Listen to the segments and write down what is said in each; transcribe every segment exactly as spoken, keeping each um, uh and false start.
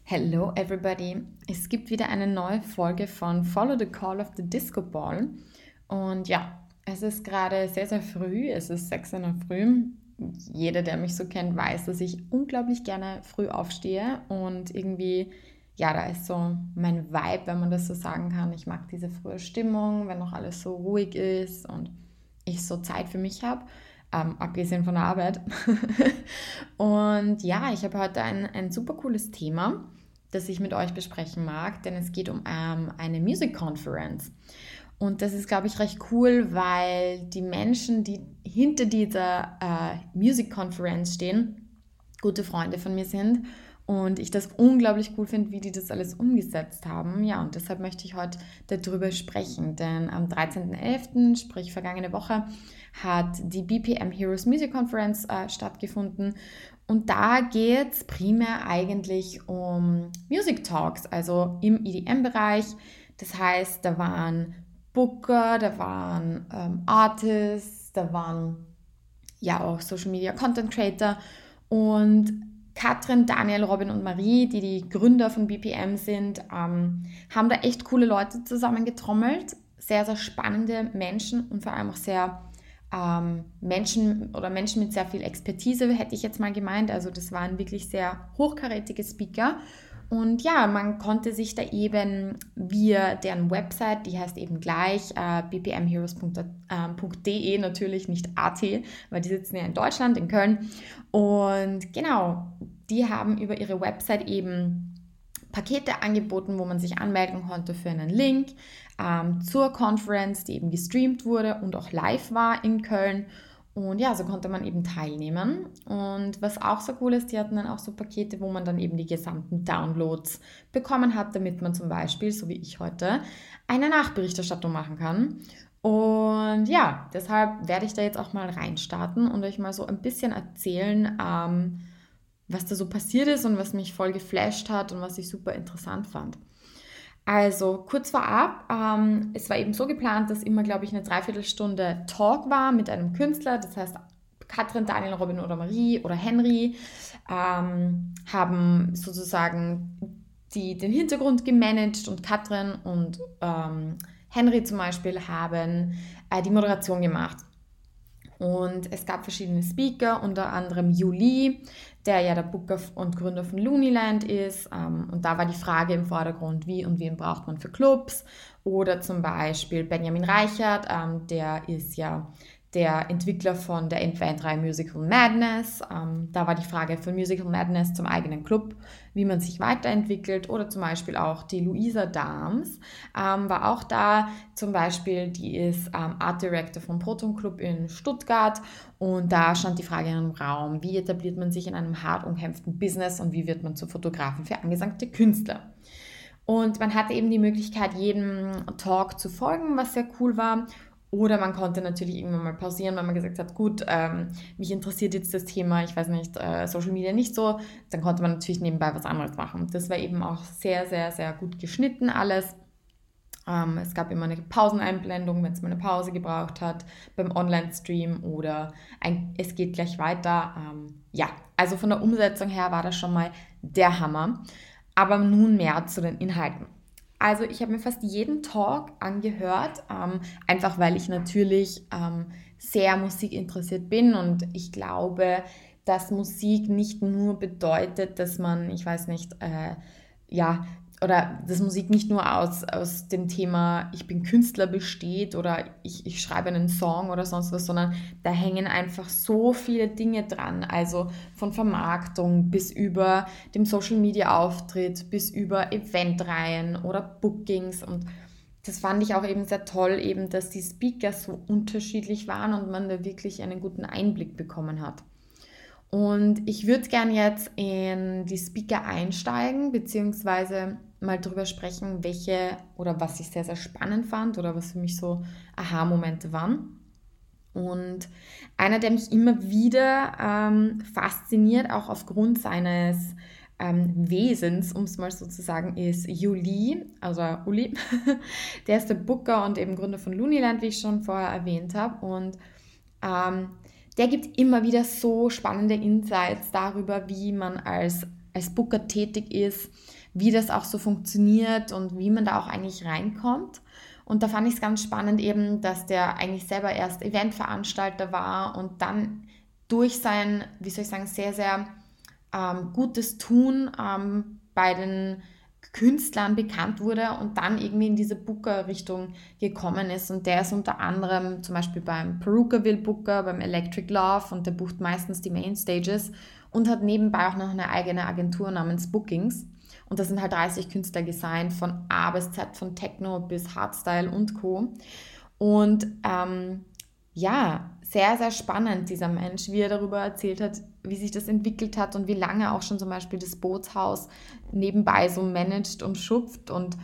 Hello everybody! Es gibt wieder eine neue Folge von Follow the Call of the Disco Ball. Und ja, es ist gerade sehr, sehr früh. Es ist sechs Uhr in der Früh. Jeder, der mich so kennt, weiß, dass ich unglaublich gerne früh aufstehe. Und irgendwie, ja, da ist so mein Vibe, wenn man das so sagen kann. Ich mag diese frühe Stimmung, wenn noch alles so ruhig ist und ich so Zeit für mich habe. Ähm, abgesehen von der Arbeit. Und ja, ich habe heute ein, ein super cooles Thema, das ich mit euch besprechen mag, denn es geht um ähm, eine Music Conference. Und das ist, glaube ich, recht cool, weil die Menschen, die hinter dieser äh, Music Conference stehen, gute Freunde von mir sind und ich das unglaublich cool finde, wie die das alles umgesetzt haben. Ja, und deshalb möchte ich heute darüber sprechen, denn am dreizehnten elften, sprich vergangene Woche, hat die B P M Heroes Music Conference äh, stattgefunden und da geht es primär eigentlich um Music Talks, also im E D M-Bereich. Das heißt, da waren Booker, da waren ähm, Artists, da waren ja auch Social Media Content Creator und Katrin, Daniel, Robin und Marie, die die Gründer von B P M sind, ähm, haben da echt coole Leute zusammengetrommelt. Sehr, sehr spannende Menschen und vor allem auch sehr ähm, Menschen oder Menschen mit sehr viel Expertise, hätte ich jetzt mal gemeint. Also das waren wirklich sehr hochkarätige Speaker. Und ja, man konnte sich da eben via deren Website, die heißt eben gleich äh, b p m heroes punkt d e, natürlich nicht A T, weil die sitzen ja in Deutschland, in Köln. Und genau, die haben über ihre Website eben Pakete angeboten, wo man sich anmelden konnte für einen Link ähm, zur Conference, die eben gestreamt wurde und auch live war in Köln. Und ja, so konnte man eben teilnehmen. Und was auch so cool ist, die hatten dann auch so Pakete, wo man dann eben die gesamten Downloads bekommen hat, damit man zum Beispiel, so wie ich heute, eine Nachberichterstattung machen kann. Und ja, deshalb werde ich da jetzt auch mal reinstarten und euch mal so ein bisschen erzählen, ähm, was da so passiert ist und was mich voll geflasht hat und was ich super interessant fand. Also kurz vorab, ähm, es war eben so geplant, dass immer, glaube ich, eine Dreiviertelstunde Talk war mit einem Künstler. Das heißt, Katrin, Daniel, Robin oder Marie oder Henry ähm, haben sozusagen die, den Hintergrund gemanagt und Katrin und ähm, Henry zum Beispiel haben äh, die Moderation gemacht. Und es gab verschiedene Speaker, unter anderem Juli, der ja der Booker und Gründer von Looniland ist. Und da war die Frage im Vordergrund, wie und wen braucht man für Clubs? Oder zum Beispiel Benjamin Reichert, der ist ja der Entwickler von der Endband-Reihe Musical Madness. Ähm, da war die Frage von Musical Madness zum eigenen Club, wie man sich weiterentwickelt. Oder zum Beispiel auch die Luisa Dahms ähm, war auch da. Zum Beispiel, die ist ähm, Art Director vom Proton Club in Stuttgart. Und da stand die Frage in einem Raum, wie etabliert man sich in einem hart umkämpften Business und wie wird man zur Fotografin für angesagte Künstler. Und man hatte eben die Möglichkeit, jedem Talk zu folgen, was sehr cool war. Oder man konnte natürlich irgendwann mal pausieren, wenn man gesagt hat, gut, ähm, mich interessiert jetzt das Thema, ich weiß nicht, äh, Social Media nicht so, dann konnte man natürlich nebenbei was anderes machen. Das war eben auch sehr, sehr, sehr gut geschnitten alles. Ähm, es gab immer eine Pauseneinblendung, wenn es mal eine Pause gebraucht hat, beim Online-Stream oder ein, es geht gleich weiter. Ähm, ja, also von der Umsetzung her war das schon mal der Hammer. Aber nun mehr zu den Inhalten. Also ich habe mir fast jeden Talk angehört, ähm, einfach weil ich natürlich ähm, sehr musikinteressiert bin und ich glaube, dass Musik nicht nur bedeutet, dass man, ich weiß nicht, äh, ja, oder dass Musik nicht nur aus, aus dem Thema, ich bin Künstler besteht oder ich, ich schreibe einen Song oder sonst was, sondern da hängen einfach so viele Dinge dran. Also von Vermarktung bis über dem Social Media Auftritt, bis über Eventreihen oder Bookings. Und das fand ich auch eben sehr toll, eben, dass die Speaker so unterschiedlich waren und man da wirklich einen guten Einblick bekommen hat. Und ich würde gerne jetzt in die Speaker einsteigen, beziehungsweise mal drüber sprechen, welche oder was ich sehr, sehr spannend fand oder was für mich so Aha-Momente waren. Und einer, der mich immer wieder ähm, fasziniert, auch aufgrund seines ähm, Wesens, um es mal so zu sagen, ist Juli, also Uli. Der ist der Booker und eben Gründer von Looniland, wie ich schon vorher erwähnt habe. Und ähm, der gibt immer wieder so spannende Insights darüber, wie man als als Booker tätig ist, wie das auch so funktioniert und wie man da auch eigentlich reinkommt. Und da fand ich es ganz spannend eben, dass der eigentlich selber erst Eventveranstalter war und dann durch sein, wie soll ich sagen, sehr, sehr ähm, gutes Tun ähm, bei den Künstlern bekannt wurde und dann irgendwie in diese Booker-Richtung gekommen ist. Und der ist unter anderem zum Beispiel beim Perukaville Booker, beim Electric Love, und der bucht meistens die Mainstages und hat nebenbei auch noch eine eigene Agentur namens Bookings. Und da sind halt dreißig Künstler gesigned, von A bis Z, von Techno bis Hardstyle und Co. Und ähm, ja, sehr, sehr spannend, dieser Mensch, wie er darüber erzählt hat, wie sich das entwickelt hat und wie lange auch schon zum Beispiel das Bootshaus nebenbei so managt und schupft. Und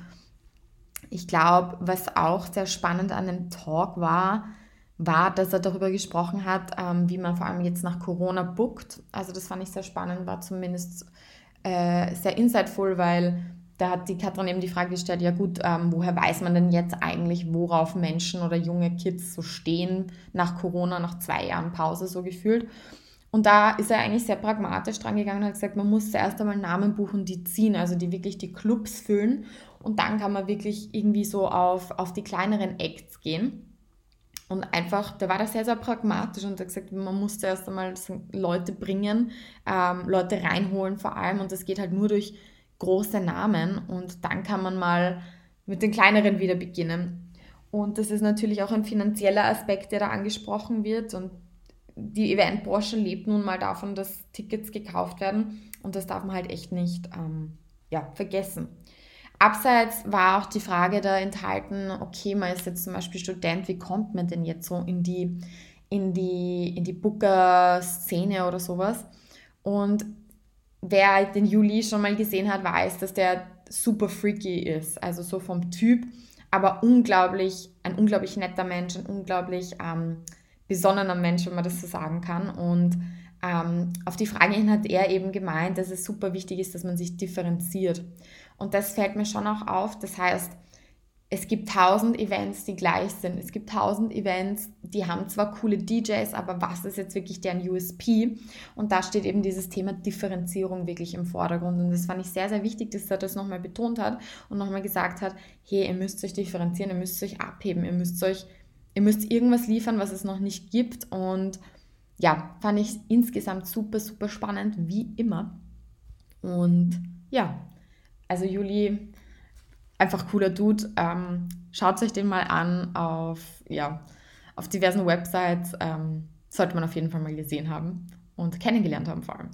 ich glaube, was auch sehr spannend an dem Talk war, war, dass er darüber gesprochen hat, ähm, wie man vor allem jetzt nach Corona bookt. Also das fand ich sehr spannend, war zumindest äh, sehr insightful, weil da hat die Katrin eben die Frage gestellt, ja gut, ähm, woher weiß man denn jetzt eigentlich, worauf Menschen oder junge Kids so stehen nach Corona, nach zwei Jahren Pause so gefühlt. Und da ist er eigentlich sehr pragmatisch dran gegangen und hat gesagt, man muss zuerst einmal Namen buchen, die ziehen, also die wirklich die Clubs füllen, und dann kann man wirklich irgendwie so auf, auf die kleineren Acts gehen. Und einfach, der war da sehr, sehr pragmatisch und hat gesagt, man muss zuerst einmal Leute bringen, ähm, Leute reinholen vor allem, und das geht halt nur durch große Namen, und dann kann man mal mit den kleineren wieder beginnen. Und das ist natürlich auch ein finanzieller Aspekt, der da angesprochen wird, und die Eventbranche lebt nun mal davon, dass Tickets gekauft werden, und das darf man halt echt nicht ähm, ja, vergessen. Abseits war auch die Frage da enthalten, okay, man ist jetzt zum Beispiel Student, wie kommt man denn jetzt so in die, in die, in die Booker-Szene oder sowas? Und wer den Juli schon mal gesehen hat, weiß, dass der super freaky ist, also so vom Typ, aber unglaublich, ein unglaublich netter Mensch, ein unglaublich ähm, besonnener Mensch, wenn man das so sagen kann. Und ähm, auf die Frage hin hat er eben gemeint, dass es super wichtig ist, dass man sich differenziert. Und das fällt mir schon auch auf. Das heißt, es gibt tausend Events, die gleich sind. Es gibt tausend Events, die haben zwar coole D Js, aber was ist jetzt wirklich deren U S P? Und da steht eben dieses Thema Differenzierung wirklich im Vordergrund. Und das fand ich sehr, sehr wichtig, dass er das nochmal betont hat und nochmal gesagt hat, hey, ihr müsst euch differenzieren, ihr müsst euch abheben, ihr müsst euch, ihr müsst irgendwas liefern, was es noch nicht gibt. Und ja, fand ich insgesamt super, super spannend, wie immer. Und ja, also Juli, einfach cooler Dude. Ähm, schaut euch den mal an auf, ja, auf diversen Websites. Ähm, sollte man auf jeden Fall mal gesehen haben und kennengelernt haben vor allem.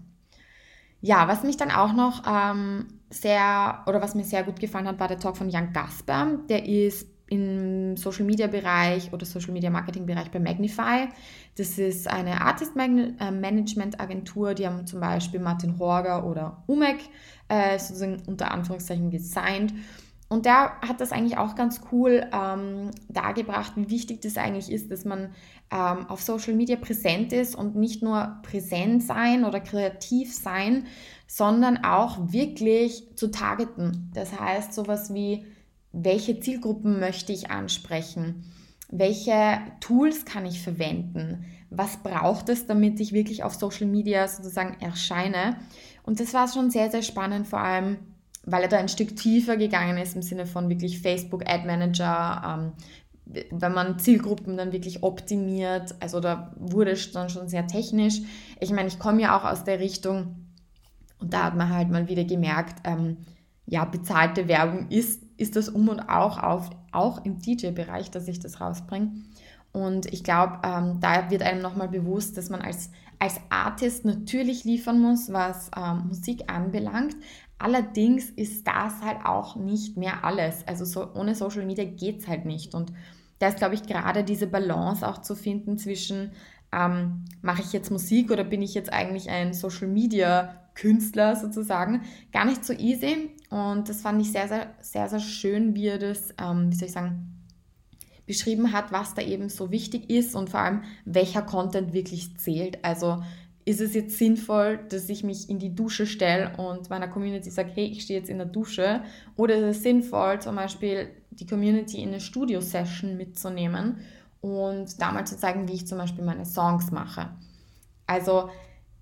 Ja, was mich dann auch noch ähm, sehr, oder was mir sehr gut gefallen hat, war der Talk von Jan Gasper. Der ist im Social Media Bereich oder Social Media Marketing Bereich bei Magnify. Das ist eine Artist Management Agentur, die haben zum Beispiel Martin Horger oder Umek äh, sozusagen unter Anführungszeichen gesigned. Und der hat das eigentlich auch ganz cool ähm, dargebracht, wie wichtig das eigentlich ist, dass man ähm, auf Social Media präsent ist und nicht nur präsent sein oder kreativ sein, sondern auch wirklich zu targeten. Das heißt, sowas wie, welche Zielgruppen möchte ich ansprechen? Welche Tools kann ich verwenden? Was braucht es, damit ich wirklich auf Social Media sozusagen erscheine? Und das war schon sehr, sehr spannend, vor allem, weil er da ein Stück tiefer gegangen ist im Sinne von wirklich Facebook Ad Manager, ähm, wenn man Zielgruppen dann wirklich optimiert. Also da wurde es dann schon sehr technisch. Ich meine, ich komme ja auch aus der Richtung, und da hat man halt mal wieder gemerkt, ähm, ja, bezahlte Werbung ist, ist das um und auch auf, auch im D J-Bereich, dass ich das rausbringe. Und ich glaube, ähm, da wird einem nochmal bewusst, dass man als, als Artist natürlich liefern muss, was ähm, Musik anbelangt. Allerdings ist das halt auch nicht mehr alles. Also so, ohne Social Media geht es halt nicht. Und da ist, glaube ich, gerade diese Balance auch zu finden zwischen, ähm, mache ich jetzt Musik oder bin ich jetzt eigentlich ein Social Media Künstler sozusagen, gar nicht so easy. Und das fand ich sehr, sehr, sehr, sehr schön, wie er das, ähm, wie soll ich sagen, beschrieben hat, was da eben so wichtig ist und vor allem, welcher Content wirklich zählt. Also ist es jetzt sinnvoll, dass ich mich in die Dusche stelle und meiner Community sage, hey, ich stehe jetzt in der Dusche? Oder ist es sinnvoll, zum Beispiel die Community in eine Studio-Session mitzunehmen und da mal zu zeigen, wie ich zum Beispiel meine Songs mache? Also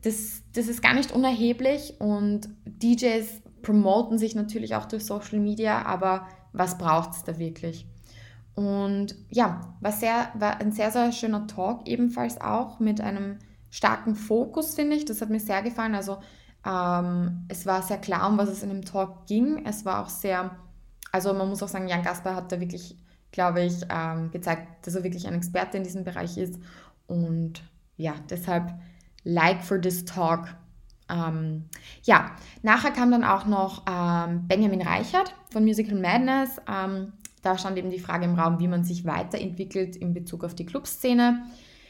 das, das ist gar nicht unerheblich und D Js promoten sich natürlich auch durch Social Media, aber was braucht es da wirklich? Und ja, war, sehr, war ein sehr, sehr schöner Talk ebenfalls auch mit einem starken Fokus, finde ich. Das hat mir sehr gefallen. Also ähm, es war sehr klar, um was es in dem Talk ging. Es war auch sehr, also man muss auch sagen, Jan Gaspar hat da wirklich, glaube ich, ähm, gezeigt, dass er wirklich ein Experte in diesem Bereich ist. Und ja, deshalb like for this talk. Ähm, ja, nachher kam dann auch noch ähm, Benjamin Reichert von Musical Madness. Ähm, da stand eben die Frage im Raum, wie man sich weiterentwickelt in Bezug auf die Clubszene.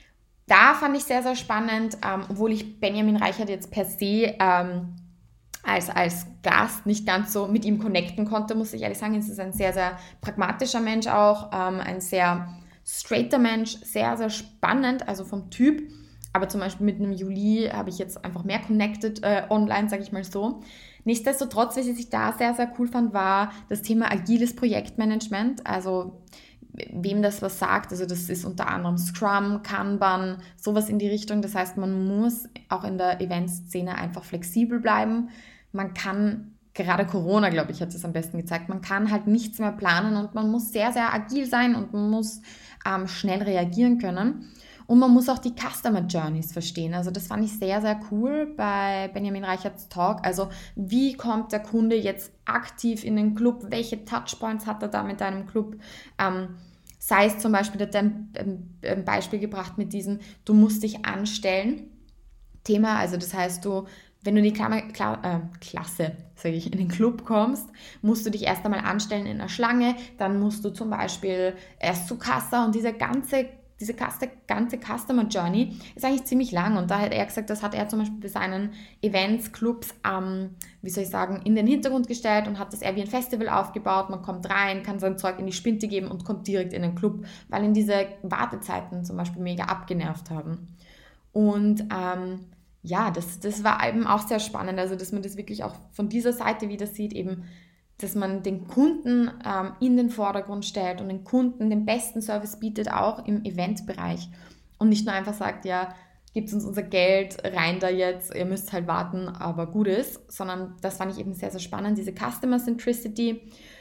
Da fand ich sehr, sehr spannend, ähm, obwohl ich Benjamin Reichert jetzt per se ähm, als, als Gast nicht ganz so mit ihm connecten konnte, muss ich ehrlich sagen. Es ist ein sehr, sehr pragmatischer Mensch auch, ähm, ein sehr straighter Mensch, sehr, sehr spannend, also vom Typ. Aber zum Beispiel mit einem Juli habe ich jetzt einfach mehr connected äh, online, sage ich mal so. Nichtsdestotrotz, was ich da sehr, sehr cool fand, war das Thema agiles Projektmanagement. Also wem das was sagt, also das ist unter anderem Scrum, Kanban, sowas in die Richtung. Das heißt, man muss auch in der Eventszene einfach flexibel bleiben. Man kann, gerade Corona, glaube ich, hat es am besten gezeigt, man kann halt nichts mehr planen und man muss sehr, sehr agil sein und man muss ähm, schnell reagieren können. Und man muss auch die Customer Journeys verstehen. Also das fand ich sehr, sehr cool bei Benjamin Reicherts Talk. Also wie kommt der Kunde jetzt aktiv in den Club? Welche Touchpoints hat er da mit einem Club? Ähm, sei es zum Beispiel, der hat ein, ein Beispiel gebracht mit diesem, du musst dich anstellen Thema. Also das heißt, du, wenn du in die Kla- Kla- äh, Klasse, sage ich, in den Club kommst, musst du dich erst einmal anstellen in einer Schlange. Dann musst du zum Beispiel erst zu Kassa und diese ganze Diese ganze Customer Journey ist eigentlich ziemlich lang und da hat er gesagt, das hat er zum Beispiel bei seinen Events, Clubs, ähm, wie soll ich sagen, in den Hintergrund gestellt und hat das eher wie ein Festival aufgebaut. Man kommt rein, kann sein Zeug in die Spinte geben und kommt direkt in den Club, weil ihn diese Wartezeiten zum Beispiel mega abgenervt haben. Und ähm, ja, das, das war eben auch sehr spannend, also dass man das wirklich auch von dieser Seite wieder sieht, eben dass man den Kunden ähm, in den Vordergrund stellt und den Kunden den besten Service bietet, auch im Eventbereich. Und nicht nur einfach sagt, ja, gebt uns unser Geld, rein da jetzt, ihr müsst halt warten, aber gut ist, sondern das fand ich eben sehr, sehr spannend, diese Customer Centricity.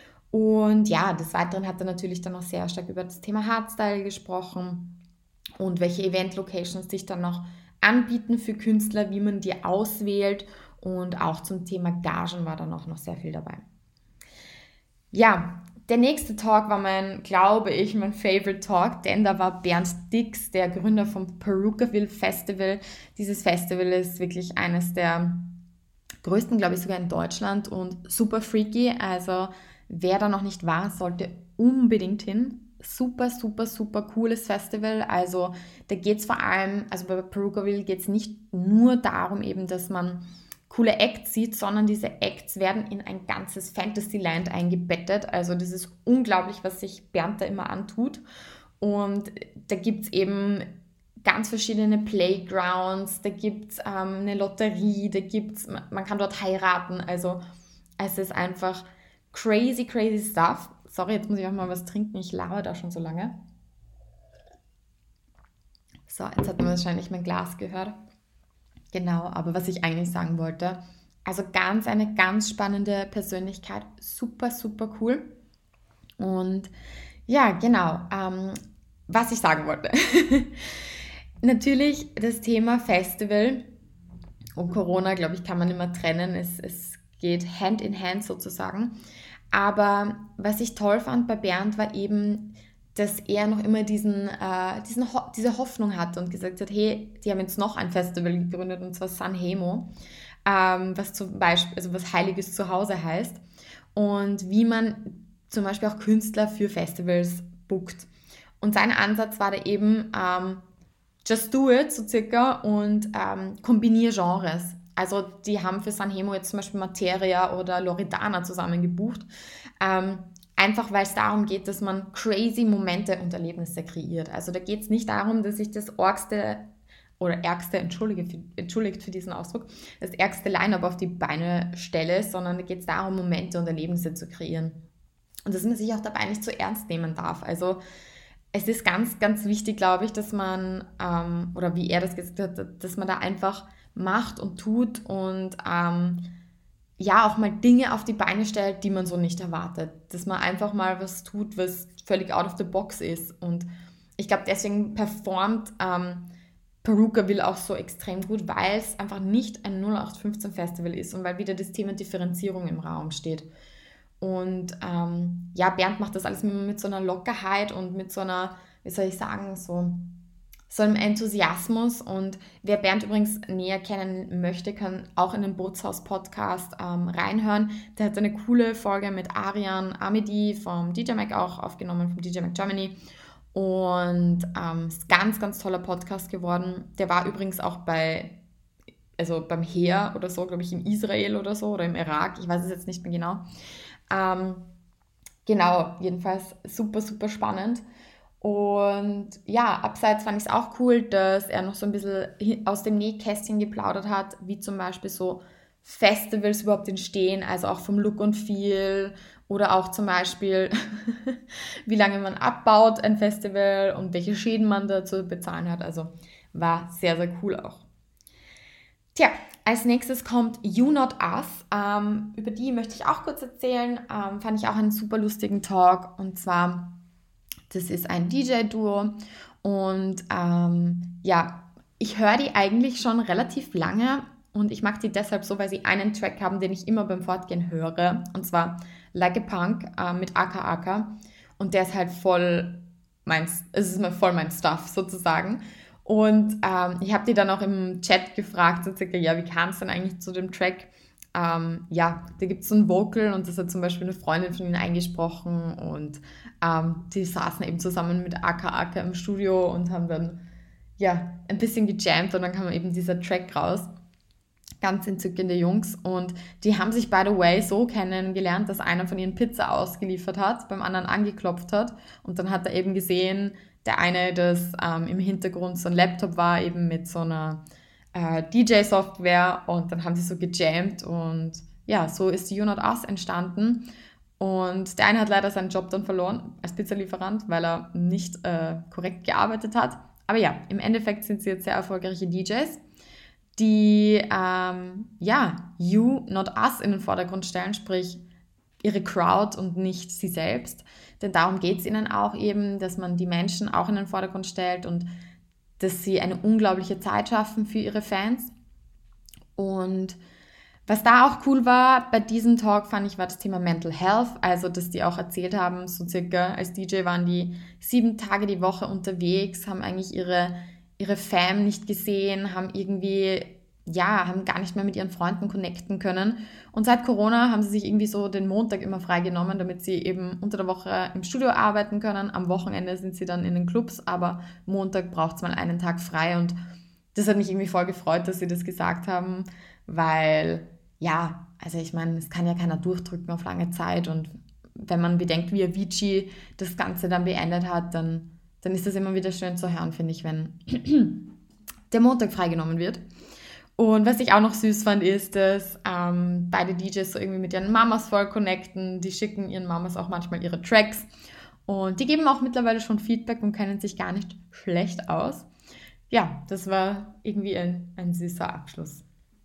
Und ja, des Weiteren hat er natürlich dann auch sehr stark über das Thema Hardstyle gesprochen und welche Event-Locations sich dann noch anbieten für Künstler, wie man die auswählt, und auch zum Thema Gagen war dann auch noch sehr viel dabei. Ja, der nächste Talk war mein, glaube ich, mein Favorite Talk, denn da war Bernd Dix, der Gründer vom Perukaville Festival. Dieses Festival ist wirklich eines der größten, glaube ich, sogar in Deutschland und super freaky. Also wer da noch nicht war, sollte unbedingt hin. Super, super, super cooles Festival. Also da geht es vor allem, also bei Perukaville geht es nicht nur darum eben, dass man coole Acts sieht, sondern diese Acts werden in ein ganzes Fantasyland eingebettet. Also das ist unglaublich, was sich Bernd da immer antut. Und da gibt es eben ganz verschiedene Playgrounds, da gibt es ähm, eine Lotterie, da gibt's, man kann dort heiraten. Also es ist einfach crazy, crazy stuff. Sorry, jetzt muss ich auch mal was trinken, ich laber da schon so lange. So, jetzt hat man wahrscheinlich mein Glas gehört. Genau, aber was ich eigentlich sagen wollte, also ganz eine ganz spannende Persönlichkeit, super, super cool. Und ja, genau, ähm, was ich sagen wollte. Natürlich das Thema Festival und Corona, glaube ich, kann man immer trennen. Es, es geht Hand in Hand sozusagen. Aber was ich toll fand bei Bernd war eben, dass er noch immer diesen, äh, diesen Ho- diese Hoffnung hatte und gesagt hat, hey, die haben jetzt noch ein Festival gegründet, und zwar Sanhemo, ähm, was zum Beispiel, also was Heiliges Zuhause heißt, und wie man zum Beispiel auch Künstler für Festivals bookt. Und sein Ansatz war da eben, ähm, just do it, so circa, und ähm, kombiniere Genres. Also die haben für Sanhemo jetzt zum Beispiel Materia oder Loredana zusammen gebucht. Ähm, Einfach weil es darum geht, dass man crazy Momente und Erlebnisse kreiert. Also da geht es nicht darum, dass ich das orgste oder ärgste, entschuldige für, entschuldigt für diesen Ausdruck, das ärgste Line-Up auf die Beine stelle, sondern da geht es darum, Momente und Erlebnisse zu kreieren. Und dass man sich auch dabei nicht zu ernst nehmen darf. Also es ist ganz, ganz wichtig, glaube ich, dass man, ähm, oder wie er das gesagt hat, dass man da einfach macht und tut und ähm, ja auch mal Dinge auf die Beine stellt, die man so nicht erwartet. Dass man einfach mal was tut, was völlig out of the box ist. Und ich glaube, deswegen performt ähm, Perucaville auch so extrem gut, weil es einfach nicht ein null acht fünfzehn Festival ist und weil wieder das Thema Differenzierung im Raum steht. Und ähm, ja, Bernd macht das alles mit, mit so einer Lockerheit und mit so einer, wie soll ich sagen, so, so einem Enthusiasmus. Und wer Bernd übrigens näher kennen möchte, kann auch in den Bootshaus-Podcast ähm, reinhören. Der hat eine coole Folge mit Arian Amedi vom D J Mag auch aufgenommen, vom D J Mag Germany. Und ähm, ist ganz, ganz toller Podcast geworden. Der war übrigens auch bei, also beim Heer oder so, glaube ich, in Israel oder so oder im Irak. Ich weiß es jetzt nicht mehr genau. Ähm, genau, jedenfalls super, super spannend. Und ja, abseits fand ich es auch cool, dass er noch so ein bisschen aus dem Nähkästchen geplaudert hat, wie zum Beispiel so Festivals überhaupt entstehen, also auch vom Look und Feel oder auch zum Beispiel, wie lange man abbaut ein Festival und welche Schäden man dazu bezahlen hat. Also war sehr, sehr cool auch. Tja, als nächstes kommt You Not Us. Ähm, über die möchte ich auch kurz erzählen. Ähm, fand ich auch einen super lustigen Talk. Und zwar, das ist ein D J-Duo. Und ähm, ja, ich höre die eigentlich schon relativ lange. Und ich mag die deshalb so, weil sie einen Track haben, den ich immer beim Fortgehen höre. Und zwar Like a Punk äh, mit Aka Aka. Und der ist halt voll mein, es ist mal voll mein Stuff sozusagen. Und ähm, ich habe die dann auch im Chat gefragt, so circa, ja, wie kam es denn eigentlich zu dem Track? Ähm, ja, da gibt es so ein Vocal und das hat zum Beispiel eine Freundin von ihnen eingesprochen und ähm, die saßen eben zusammen mit Aka Aka im Studio und haben dann ja ein bisschen gejammt und dann kam eben dieser Track raus. Ganz entzückende Jungs und die haben sich by the way so kennengelernt, dass einer von ihnen Pizza ausgeliefert hat, beim anderen angeklopft hat und dann hat er eben gesehen, der eine, dass ähm, im Hintergrund so ein Laptop war, eben mit so einer äh, D J-Software und dann haben sie so gejammt und ja, so ist die You Not Us entstanden und der eine hat leider seinen Job dann verloren als Pizzalieferant, weil er nicht äh, korrekt gearbeitet hat, aber ja, im Endeffekt sind sie jetzt sehr erfolgreiche D Js, die ähm, ja, You Not Us in den Vordergrund stellen, sprich ihre Crowd und nicht sie selbst. Denn darum geht es ihnen auch eben, dass man die Menschen auch in den Vordergrund stellt und dass sie eine unglaubliche Zeit schaffen für ihre Fans. Und was da auch cool war bei diesem Talk, fand ich, war das Thema Mental Health. Also, dass die auch erzählt haben, so circa als D J waren die sieben Tage die Woche unterwegs, haben eigentlich ihre, ihre Fam nicht gesehen, haben irgendwie ja, haben gar nicht mehr mit ihren Freunden connecten können. Und seit Corona haben sie sich irgendwie so den Montag immer freigenommen, damit sie eben unter der Woche im Studio arbeiten können. Am Wochenende sind sie dann in den Clubs, aber Montag braucht es mal einen Tag frei. Und das hat mich irgendwie voll gefreut, dass sie das gesagt haben, weil, ja, also ich meine, es kann ja keiner durchdrücken auf lange Zeit. Und wenn man bedenkt, wie Avicii das Ganze dann beendet hat, dann, dann ist das immer wieder schön zu hören, finde ich, wenn der Montag freigenommen wird. Und was ich auch noch süß fand, ist, dass ähm, beide D Js so irgendwie mit ihren Mamas voll connecten. Die schicken ihren Mamas auch manchmal ihre Tracks. Und die geben auch mittlerweile schon Feedback und kennen sich gar nicht schlecht aus. Ja, das war irgendwie ein, ein süßer Abschluss.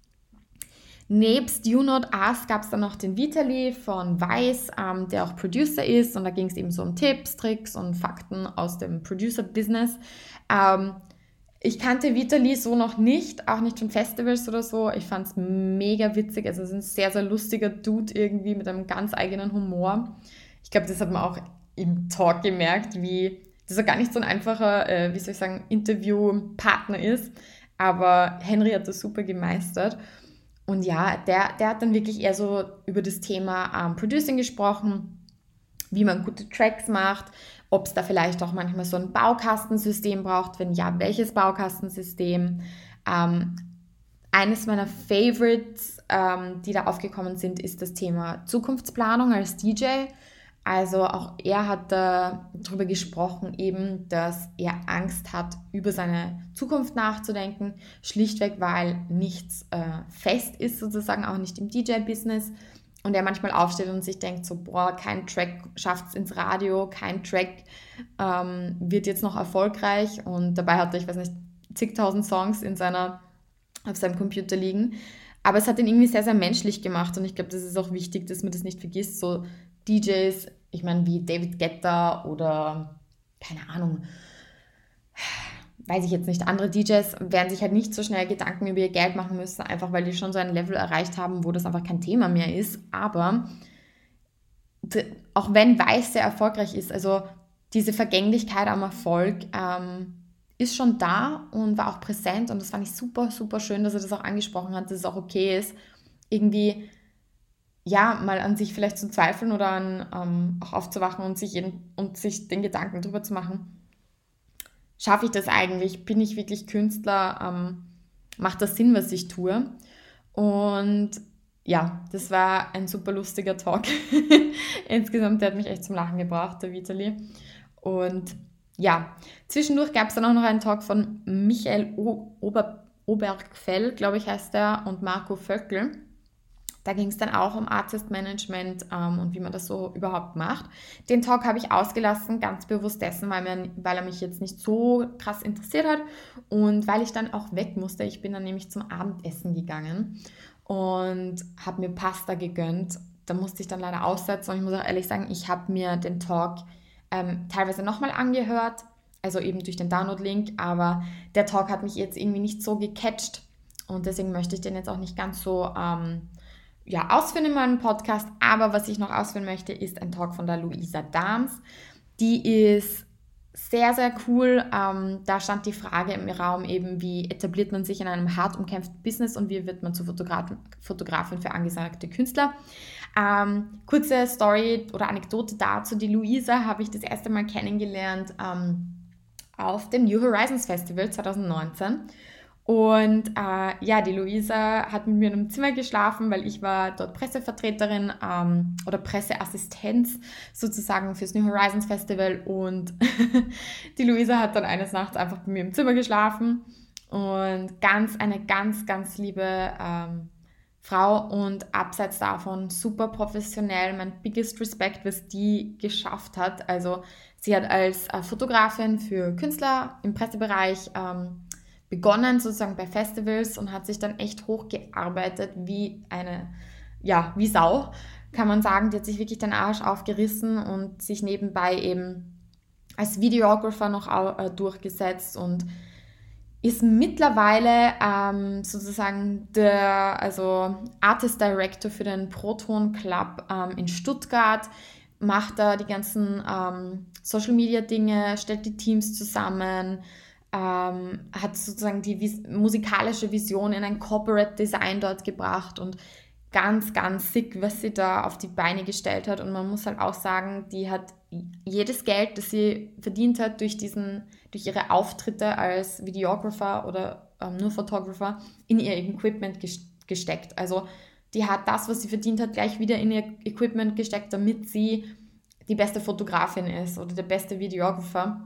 Nebst You Not Us gab es dann noch den Vitali von Weiß, ähm, der auch Producer ist. Und da ging es eben so um Tipps, Tricks und Fakten aus dem Producer-Business. Ähm, Ich kannte Vitali so noch nicht, auch nicht von Festivals oder so. Ich fand es mega witzig. Also es ist ein sehr, sehr lustiger Dude irgendwie mit einem ganz eigenen Humor. Ich glaube, das hat man auch im Talk gemerkt, wie dass er gar nicht so ein einfacher, äh, wie soll ich sagen, Interviewpartner ist. Aber Henry hat das super gemeistert. Und ja, der, der hat dann wirklich eher so über das Thema ähm, Producing gesprochen, wie man gute Tracks macht, ob es da vielleicht auch manchmal so ein Baukastensystem braucht, wenn ja, welches Baukastensystem. Ähm, eines meiner Favorites, ähm, die da aufgekommen sind, ist das Thema Zukunftsplanung als D J. Also auch er hat da darüber gesprochen, eben, dass er Angst hat, über seine Zukunft nachzudenken, schlichtweg, weil nichts äh, fest ist, sozusagen auch nicht im D J-Business. Und er manchmal aufsteht und sich denkt so, boah, kein Track schafft es ins Radio, kein Track ähm, wird jetzt noch erfolgreich. Und dabei hat er, ich weiß nicht, zigtausend Songs in seiner auf seinem Computer liegen. Aber es hat ihn irgendwie sehr, sehr menschlich gemacht und ich glaube, das ist auch wichtig, dass man das nicht vergisst. So D Js, ich meine, wie David Guetta oder keine Ahnung, weiß ich jetzt nicht, andere D Js werden sich halt nicht so schnell Gedanken über ihr Geld machen müssen, einfach weil die schon so ein Level erreicht haben, wo das einfach kein Thema mehr ist. Aber auch wenn Weiß sehr erfolgreich ist, also diese Vergänglichkeit am Erfolg ähm, ist schon da und war auch präsent und das fand ich super, super schön, dass er das auch angesprochen hat, dass es auch okay ist, irgendwie ja, mal an sich vielleicht zu zweifeln oder an, ähm, auch aufzuwachen und sich, jeden, und sich den Gedanken drüber zu machen, schaffe ich das eigentlich? Bin ich wirklich Künstler? Ähm, macht das Sinn, was ich tue? Und ja, das war ein super lustiger Talk. Insgesamt, der hat mich echt zum Lachen gebracht, der Vitali. Und ja, zwischendurch gab es dann auch noch einen Talk von Michael o Ober Obergfell, glaube ich, heißt der, und Marco Vöckel. Da ging es dann auch um Artist Management ähm, und wie man das so überhaupt macht. Den Talk habe ich ausgelassen, ganz bewusst dessen, weil, mir, weil er mich jetzt nicht so krass interessiert hat und weil ich dann auch weg musste. Ich bin dann nämlich zum Abendessen gegangen und habe mir Pasta gegönnt. Da musste ich dann leider aussetzen und ich muss auch ehrlich sagen, ich habe mir den Talk ähm, teilweise nochmal angehört, also eben durch den Download-Link, aber der Talk hat mich jetzt irgendwie nicht so gecatcht und deswegen möchte ich den jetzt auch nicht ganz so ähm, ja, ausführen in meinem Podcast, aber was ich noch ausführen möchte, ist ein Talk von der Luisa Dahms. Die ist sehr, sehr cool. Ähm, da stand die Frage im Raum eben, wie etabliert man sich in einem hart umkämpften Business und wie wird man zur Fotograf- Fotografin für angesagte Künstler. Ähm, kurze Story oder Anekdote dazu. Die Luisa habe ich das erste Mal kennengelernt ähm, auf dem New Horizons Festival zwanzig neunzehn. Und äh, ja, die Luisa hat mit mir in einem Zimmer geschlafen, weil ich war dort Pressevertreterin ähm, oder Presseassistenz sozusagen fürs New Horizons Festival und die Luisa hat dann eines Nachts einfach bei mir im Zimmer geschlafen und ganz, eine ganz, ganz liebe ähm, Frau und abseits davon super professionell, mein biggest Respect, was die geschafft hat. Also sie hat als äh, Fotografin für Künstler im Pressebereich ähm, begonnen, sozusagen bei Festivals und hat sich dann echt hochgearbeitet wie eine, ja, wie Sau, kann man sagen. Die hat sich wirklich den Arsch aufgerissen und sich nebenbei eben als Videographer noch äh, durchgesetzt und ist mittlerweile ähm, sozusagen der also Artist Director für den Proton Club ähm, in Stuttgart, macht da die ganzen ähm, Social Media Dinge, stellt die Teams zusammen, ähm, hat sozusagen die vis- musikalische Vision in ein Corporate Design dort gebracht und ganz, ganz sick, was sie da auf die Beine gestellt hat. Und man muss halt auch sagen, die hat jedes Geld, das sie verdient hat durch, diesen, durch ihre Auftritte als Videographer oder ähm, nur Photographer, in ihr Equipment gesteckt. Also die hat das, was sie verdient hat, gleich wieder in ihr Equipment gesteckt, damit sie die beste Fotografin ist oder der beste Videographer.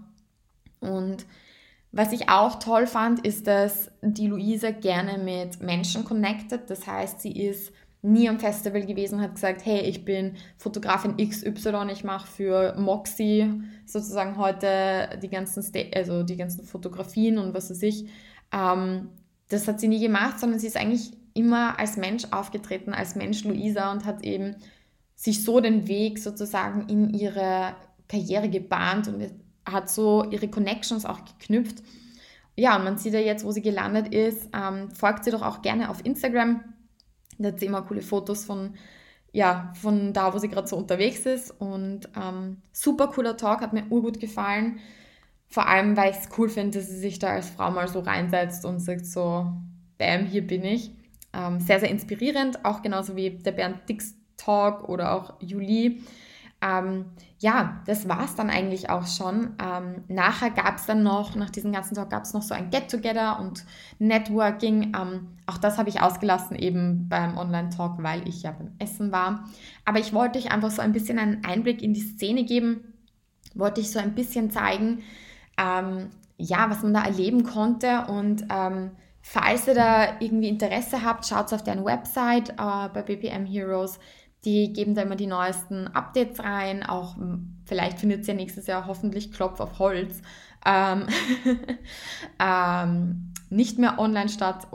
Und was ich auch toll fand, ist, dass die Luisa gerne mit Menschen connectet. Das heißt, sie ist nie am Festival gewesen und hat gesagt, hey, ich bin Fotografin X Y, ich mache für Moxie sozusagen heute die ganzen, Sta- also die ganzen Fotografien und was weiß ich. Ähm, das hat sie nie gemacht, sondern sie ist eigentlich immer als Mensch aufgetreten, als Mensch Luisa und hat eben sich so den Weg sozusagen in ihre Karriere gebahnt und hat so ihre Connections auch geknüpft. Ja, und man sieht ja jetzt, wo sie gelandet ist. Ähm, folgt sie doch auch gerne auf Instagram. Da hat sie immer coole Fotos von, ja, von da, wo sie gerade so unterwegs ist. Und ähm, super cooler Talk, hat mir urgut gefallen. Vor allem, weil ich es cool finde, dass sie sich da als Frau mal so reinsetzt und sagt so, bam, hier bin ich. Ähm, sehr, sehr inspirierend, auch genauso wie der Bernd Dix Talk oder auch Juli. Ähm, ja, das war es dann eigentlich auch schon. Ähm, nachher gab es dann noch, nach diesem ganzen Talk gab es noch so ein Get-Together und Networking. Ähm, auch das habe ich ausgelassen eben beim Online-Talk, weil ich ja beim Essen war. Aber ich wollte euch einfach so ein bisschen einen Einblick in die Szene geben, wollte ich so ein bisschen zeigen, ähm, ja, was man da erleben konnte und ähm, falls ihr da irgendwie Interesse habt, schaut auf deren Website äh, bei B P M Heroes. Die geben da immer die neuesten Updates rein. Auch m, vielleicht findet es ja nächstes Jahr hoffentlich Klopf auf Holz ähm, ähm, nicht mehr online statt oder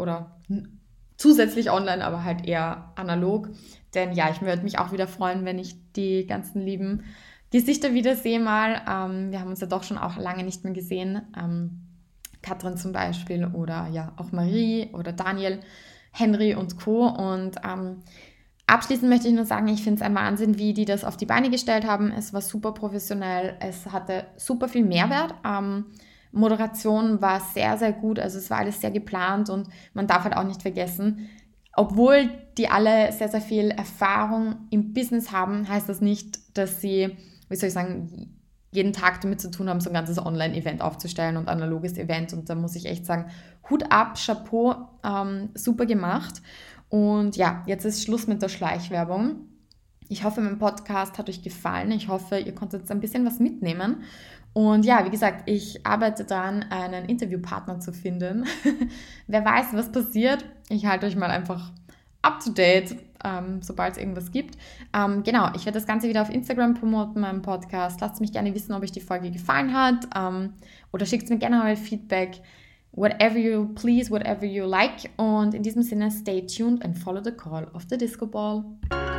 zusätzlich online, aber halt eher analog. Denn ja, ich würde mich auch wieder freuen, wenn ich die ganzen lieben Gesichter wiedersehe mal. Ähm, wir haben uns ja doch schon auch lange nicht mehr gesehen. Ähm, Katrin zum Beispiel oder ja auch Marie oder Daniel, Henry und Co. Und ähm, abschließend möchte ich nur sagen, ich finde es ein Wahnsinn, wie die das auf die Beine gestellt haben. Es war super professionell, es hatte super viel Mehrwert. Ähm, Moderation war sehr, sehr gut, also es war alles sehr geplant und man darf halt auch nicht vergessen, obwohl die alle sehr, sehr viel Erfahrung im Business haben, heißt das nicht, dass sie, wie soll ich sagen, jeden Tag damit zu tun haben, so ein ganzes Online-Event aufzustellen und analoges Event. Und da muss ich echt sagen, Hut ab, Chapeau, ähm, super gemacht. Und ja, jetzt ist Schluss mit der Schleichwerbung. Ich hoffe, mein Podcast hat euch gefallen. Ich hoffe, ihr konntet jetzt ein bisschen was mitnehmen. Und ja, wie gesagt, ich arbeite daran, einen Interviewpartner zu finden. Wer weiß, was passiert. Ich halte euch mal einfach up to date, ähm, sobald es irgendwas gibt. Ähm, genau, ich werde das Ganze wieder auf Instagram promoten, meinen Podcast. Lasst mich gerne wissen, ob euch die Folge gefallen hat ähm, oder schickt mir gerne euer Feedback. Whatever you please, whatever you like. Und in diesem Sinne, stay tuned and follow the call of the Disco Ball.